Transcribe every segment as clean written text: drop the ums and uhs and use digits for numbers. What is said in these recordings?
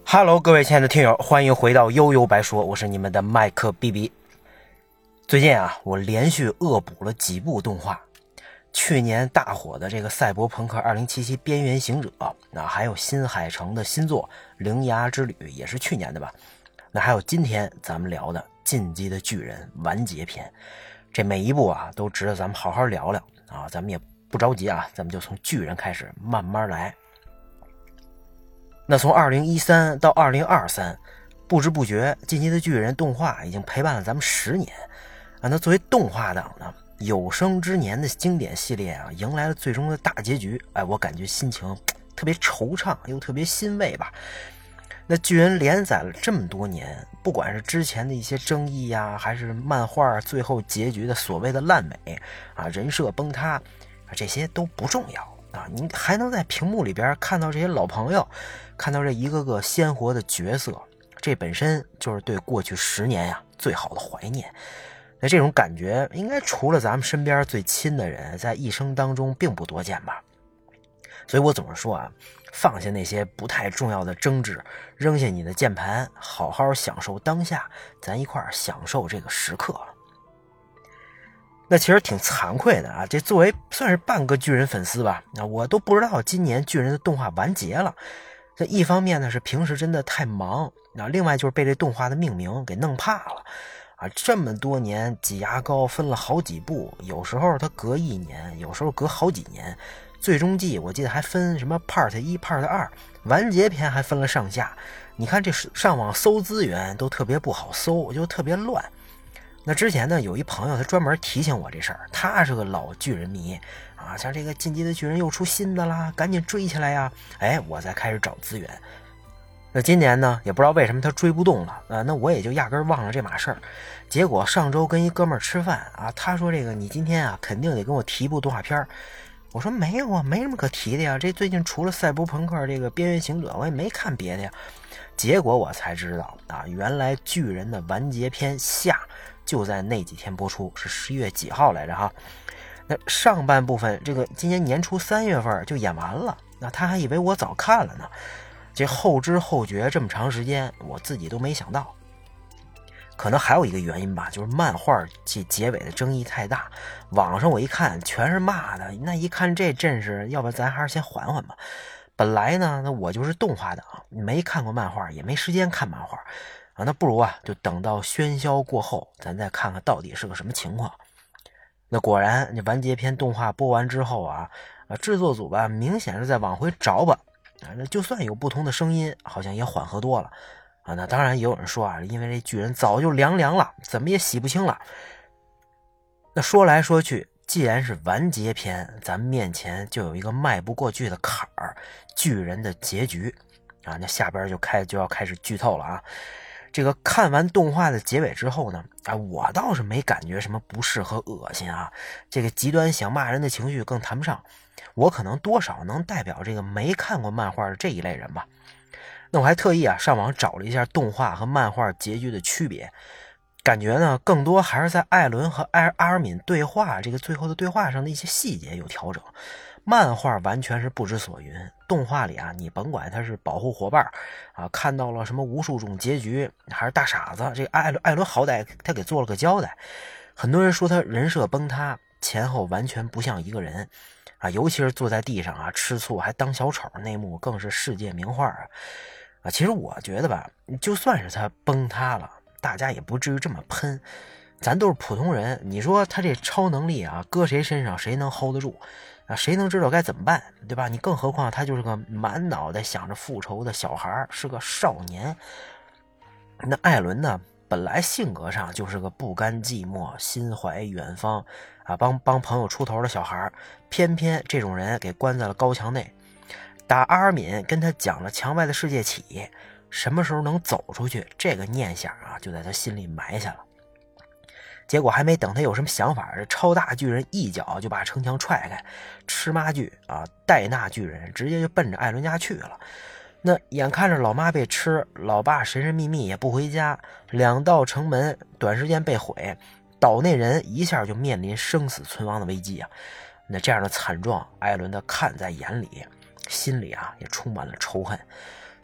Hello， 各位亲爱的听友，欢迎回到悠悠白说，我是你们的麦克 BB。最近啊，我连续恶补了几部动画，去年大火的这个《赛博朋克2077：边缘行者》，那还有新海诚的新作《铃芽之旅》，也是去年的吧？那还有今天咱们聊的《进击的巨人》完结篇，这每一部啊都值得咱们好好聊聊啊！咱们也不着急啊，咱们就从巨人开始慢慢来。那从2013到2023，不知不觉《进击的巨人》动画已经陪伴了咱们10年啊。那作为动画党呢，有生之年的经典系列啊，迎来了最终的大结局，我感觉心情特别惆怅又特别欣慰吧。那巨人连载了这么多年，不管是之前的一些争议呀，还是漫画最后结局的所谓的烂尾啊，人设崩塌这些都不重要啊，你还能在屏幕里边看到这些老朋友，看到这一个个鲜活的角色，这本身就是对过去10年呀最好的怀念。那这种感觉应该除了咱们身边最亲的人，在一生当中并不多见吧。所以我总是说啊，放下那些不太重要的争执，扔下你的键盘，好好享受当下，咱一块儿享受这个时刻。那其实挺惭愧的啊，这作为算是半个巨人粉丝吧，我都不知道今年巨人的动画完结了。这一方面呢是平时真的太忙，另外就是被这动画的命名给弄怕了啊。这么多年挤牙膏分了好几部，有时候它隔1年，有时候隔好几年，最终季我记得还分什么 Part 1、Part 2，完结篇还分了上下。你看这上网搜资源都特别不好搜，就特别乱。那之前呢，有一朋友他专门提醒我这事儿，他是个老巨人迷啊，像这个进击的巨人又出新的啦，赶紧追起来呀！我才开始找资源。那今年呢，也不知道为什么他追不动了那我也就压根忘了这码事儿。结果上周跟一哥们儿吃饭啊，他说这个你今天啊肯定得跟我提一部动画片。我说没有啊，没什么可提的呀，这最近除了赛博朋克这个边缘行者，我也没看别的呀。结果我才知道啊，原来巨人的完结篇下就在那几天播出，是11月几号来着哈。那上半部分这个今年年初3月份就演完了，那他还以为我早看了呢。这后知后觉这么长时间，我自己都没想到。可能还有一个原因吧，就是漫画结尾的争议太大，网上我一看全是骂的，那一看这阵势，要不咱还是先缓缓吧。本来呢，那我就是动画党，没看过漫画，也没时间看漫画啊，那不如啊，就等到喧嚣过后，咱再看看到底是个什么情况。那果然，这完结篇动画播完之后啊，制作组吧，明显是在往回找吧，那就算有不同的声音，好像也缓和多了啊。那当然也有人说啊，因为这巨人早就凉了，怎么也洗不清了。那说来说去，既然是完结篇，咱们面前就有一个迈不过去的坎儿，巨人的结局啊。那下边就要开始剧透了啊。这个看完动画的结尾之后呢，我倒是没感觉什么不适和恶心啊，这个极端想骂人的情绪更谈不上，我可能多少能代表这个没看过漫画的这一类人吧。那我还特意上网找了一下动画和漫画结局的区别，感觉呢更多还是在艾伦和阿尔敏对话这个最后的对话上的一些细节有调整。漫画完全是不知所云，动画里你甭管他是保护伙伴看到了什么无数种结局，还是大傻子，这个艾伦好歹他给做了个交代。很多人说他人设崩塌，前后完全不像一个人尤其是坐在地上吃醋还当小丑那幕更是世界名画其实我觉得吧，就算是他崩塌了，大家也不至于这么喷，咱都是普通人，你说他这超能力搁谁身上谁能 hold 得住谁能知道该怎么办，对吧？你更何况他就是个满脑袋想着复仇的小孩，是个少年。那艾伦呢，本来性格上就是个不甘寂寞心怀远方帮朋友出头的小孩，偏偏这种人给关在了高墙内。打阿尔敏跟他讲了墙外的世界起，什么时候能走出去，这个念想就在他心里埋下了。结果还没等他有什么想法，这超大巨人一脚就把城墙踹开，吃妈巨戴纳巨人直接就奔着艾伦家去了。那眼看着老妈被吃，老爸神神秘秘也不回家，2道城门短时间被毁，岛内人一下就面临生死存亡的危机那这样的惨状，艾伦的看在眼里，心里也充满了仇恨。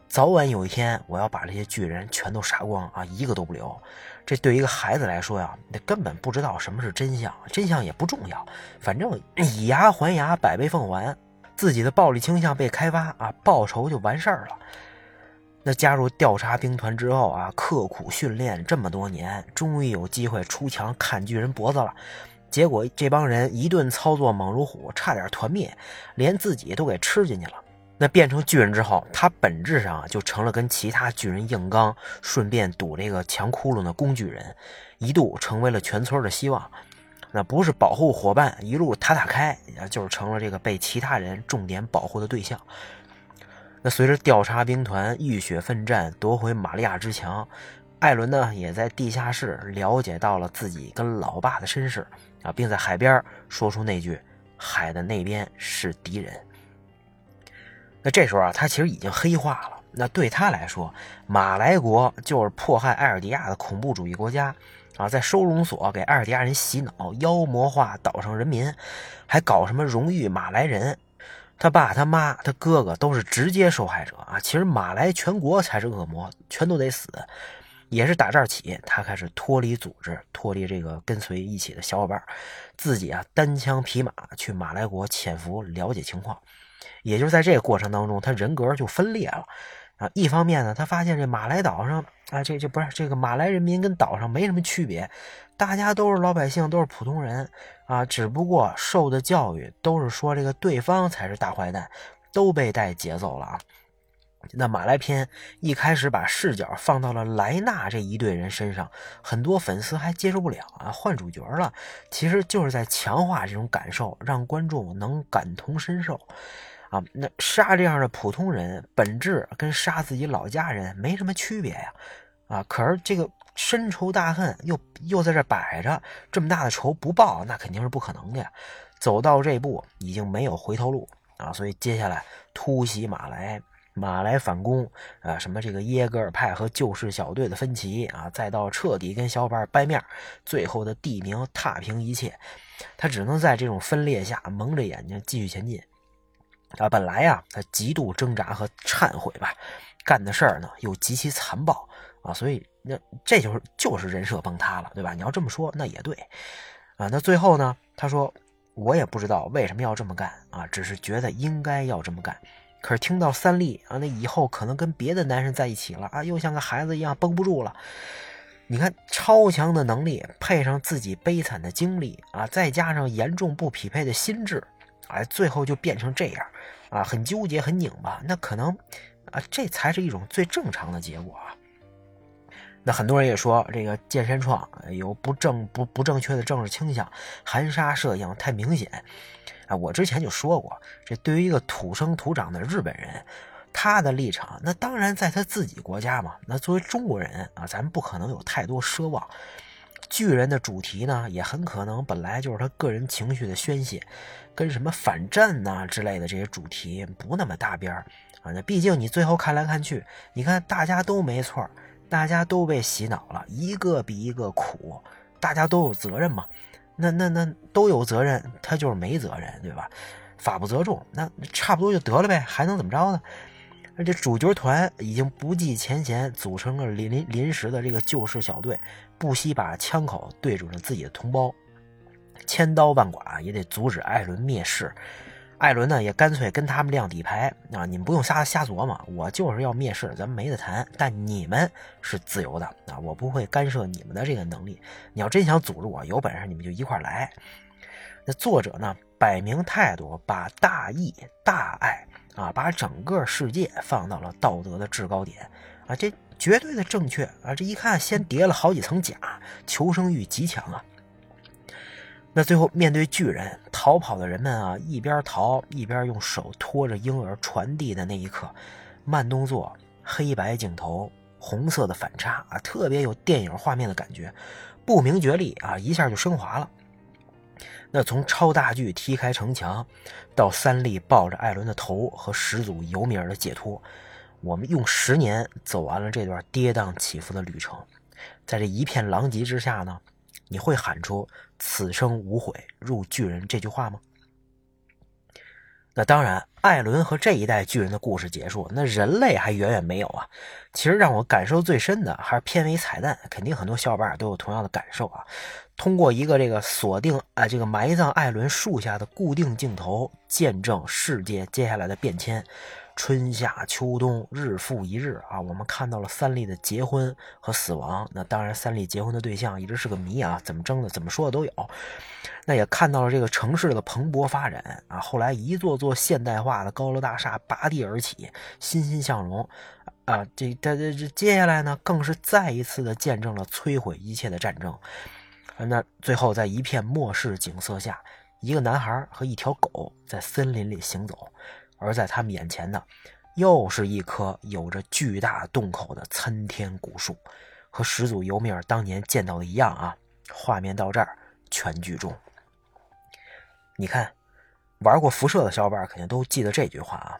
早晚有一天我要把这些巨人全都杀光啊，一个都不留。这对一个孩子来说呀，那根本不知道什么是真相，真相也不重要，反正以牙还牙，百倍奉还，自己的暴力倾向被开发啊，报仇就完事儿了。那加入调查兵团之后啊，刻苦训练这么多年，终于有机会出墙砍巨人脖子了。结果这帮人一顿操作猛如虎，差点团灭，连自己都给吃进去了。那变成巨人之后，他本质上就成了跟其他巨人硬刚，顺便堵这个墙窟窿的工具人，一度成为了全村的希望。那不是保护伙伴一路塔开，就是成了这个被其他人重点保护的对象。那随着调查兵团浴血奋战夺回玛利亚之墙，艾伦呢也在地下室了解到了自己跟老爸的身世啊，并在海边说出那句海的那边是敌人。那这时候啊，他其实已经黑化了。那对他来说，马来国就是迫害埃尔迪亚的恐怖主义国家啊，在收容所给埃尔迪亚人洗脑，妖魔化岛上人民，还搞什么荣誉马来人。他爸他妈他哥哥都是直接受害者啊！其实马来全国才是恶魔，全都得死。也是打这儿起，他开始脱离组织，脱离这个跟随一起的小伙伴，自己啊单枪匹马去马来国潜伏了解情况。也就是在这个过程当中，他人格就分裂了啊！一方面呢，他发现这马来岛上啊，这不是这个马来人民跟岛上没什么区别，大家都是老百姓，都是普通人啊，只不过受的教育都是说这个对方才是大坏蛋，都被带节奏了啊。那马来篇一开始把视角放到了莱纳这一队人身上，很多粉丝还接受不了啊，换主角了，其实就是在强化这种感受，让观众能感同身受啊。那杀这样的普通人，本质跟杀自己老家人没什么区别呀啊，可是这个深仇大恨又在这摆着，这么大的仇不报，那肯定是不可能的呀。走到这步已经没有回头路啊，所以接下来突袭马来反攻什么这个耶格尔派和救世小队的分歧啊，再到彻底跟小伙伴掰面，最后的地名踏平一切，他只能在这种分裂下蒙着眼睛继续前进啊。本来啊他极度挣扎和忏悔吧，干的事儿呢又极其残暴啊，所以那这就是人设崩塌了，对吧？你要这么说那也对啊。那最后呢，他说我也不知道为什么要这么干啊，只是觉得应该要这么干。可是听到三笠啊，那以后可能跟别的男人在一起了啊，又像个孩子一样绷不住了。你看超强的能力配上自己悲惨的经历啊，再加上严重不匹配的心智，哎，最后就变成这样啊，很纠结很拧巴。那可能啊，这才是一种最正常的结果啊。那很多人也说这个剑山创有不正确的政治倾向，含沙射影太明显啊。我之前就说过，这对于一个土生土长的日本人，他的立场那当然在他自己国家嘛，那作为中国人啊，咱们不可能有太多奢望。巨人的主题呢，也很可能本来就是他个人情绪的宣泄，跟什么反战呐之类的这些主题不那么搭边啊。那毕竟你最后看来看去，你看大家都没错，大家都被洗脑了，一个比一个苦，大家都有责任嘛。那都有责任，他就是没责任，对吧？法不责众，那差不多就得了呗，还能怎么着呢？而且主角团已经不计前嫌，组成了临时的这个救世小队，不惜把枪口对准了自己的同胞，千刀万剐也得阻止艾伦灭世。艾伦呢也干脆跟他们亮底牌啊，你们不用瞎琢磨，我就是要灭世，咱们没得谈。但你们是自由的啊，我不会干涉你们的这个能力。你要真想阻止我，有本事你们就一块来。那作者呢摆明态度，把大义大爱啊，把整个世界放到了道德的制高点啊，这绝对的正确啊！这一看先叠了好几层甲，求生欲极强啊。那最后面对巨人，逃跑的人们啊，一边逃一边用手托着婴儿传递的那一刻，慢动作、黑白镜头、红色的反差啊，特别有电影画面的感觉，不明觉厉啊，一下就升华了。那从超大巨踢开城墙，到三笠抱着艾伦的头和始祖尤米尔的解脱，我们用10年走完了这段跌宕起伏的旅程。在这一片狼藉之下呢，你会喊出此生无悔入巨人这句话吗？ 那当然，艾伦和这一代巨人的故事结束，那人类还远远没有啊。其实让我感受最深的还是片尾彩蛋，肯定很多小伙伴都有同样的感受啊。通过一个这个锁定这个埋葬艾伦树下的固定镜头，见证世界接下来的变迁。春夏秋冬，日复一日啊，我们看到了三笠的结婚和死亡。那当然，三笠结婚的对象一直是个谜啊，怎么争的、怎么说的都有。那也看到了这个城市的蓬勃发展啊，后来一座座现代化的高楼大厦拔地而起，欣欣向荣啊。这接下来呢，更是再一次的见证了摧毁一切的战争。那最后在一片末世景色下，一个男孩和一条狗在森林里行走。而在他们眼前的又是一棵有着巨大洞口的参天古树，和始祖尤米尔当年见到的一样啊。画面到这儿全剧终。你看，玩过辐射的小伙伴肯定都记得这句话啊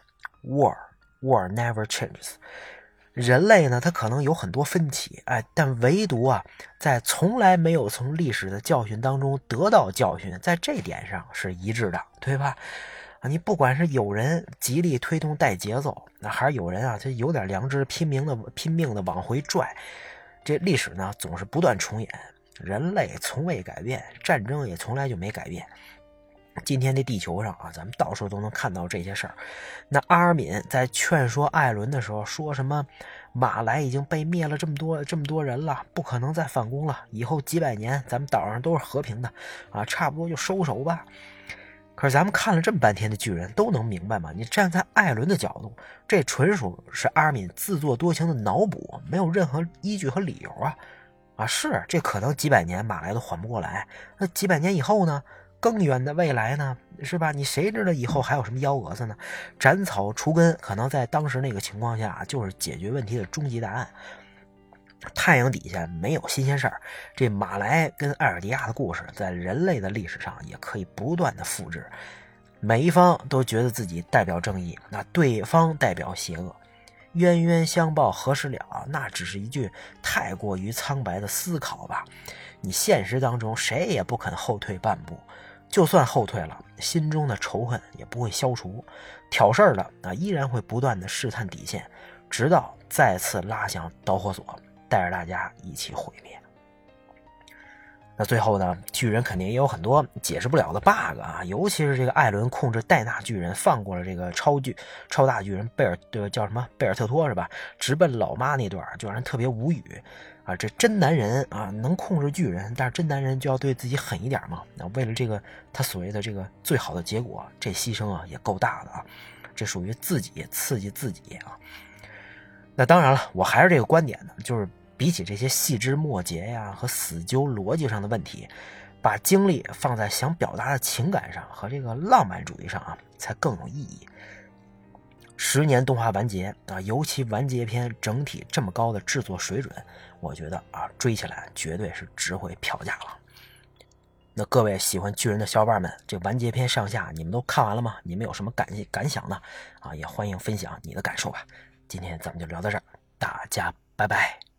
：War never changes。人类呢，它可能有很多分歧，但唯独在从来没有从历史的教训当中得到教训，在这点上是一致的，对吧？你不管是有人极力推动带节奏，那还是有人就有点良知拼命的往回拽，这历史呢总是不断重演，人类从未改变，战争也从来就没改变。今天的地球上咱们到处都能看到这些事儿。那阿尔敏在劝说艾伦的时候说什么马来已经被灭了这么多人了，不可能再反攻了，以后几百年咱们岛上都是和平的差不多就收手吧。可是咱们看了这么半天的巨人都能明白吗？你站在艾伦的角度，这纯属是阿尔敏自作多情的脑补，没有任何依据和理由是这可能几百年马来都缓不过来，那几百年以后呢？更远的未来呢，是吧？你谁知道以后还有什么幺蛾子呢？斩草除根可能在当时那个情况下就是解决问题的终极答案。太阳底下没有新鲜事儿，这马来跟艾尔迪亚的故事在人类的历史上也可以不断的复制。每一方都觉得自己代表正义，那对方代表邪恶，冤冤相报何时了？那只是一句太过于苍白的思考吧。你现实当中谁也不肯后退半步，就算后退了，心中的仇恨也不会消除，挑事儿的依然会不断的试探底线，直到再次拉响导火索，带着大家一起毁灭。那最后呢，巨人肯定也有很多解释不了的 bug 尤其是这个艾伦控制戴纳巨人放过了这个超大巨人贝尔特托是吧？直奔老妈那段就让人特别无语这真男人能控制巨人，但是真男人就要对自己狠一点嘛。那为了这个他所谓的这个最好的结果，这牺牲也够大的这属于自己刺激自己那当然了，我还是这个观点呢，就是比起这些细枝末节和死揪逻辑上的问题，把精力放在想表达的情感上和这个浪漫主义上才更有意义。10年动画完结尤其完结篇整体这么高的制作水准，我觉得追起来绝对是值回票价了。那各位喜欢巨人的小伙伴们，这完结篇上下你们都看完了吗？你们有什么感想呢？也欢迎分享你的感受吧。今天咱们就聊到这儿，大家拜拜。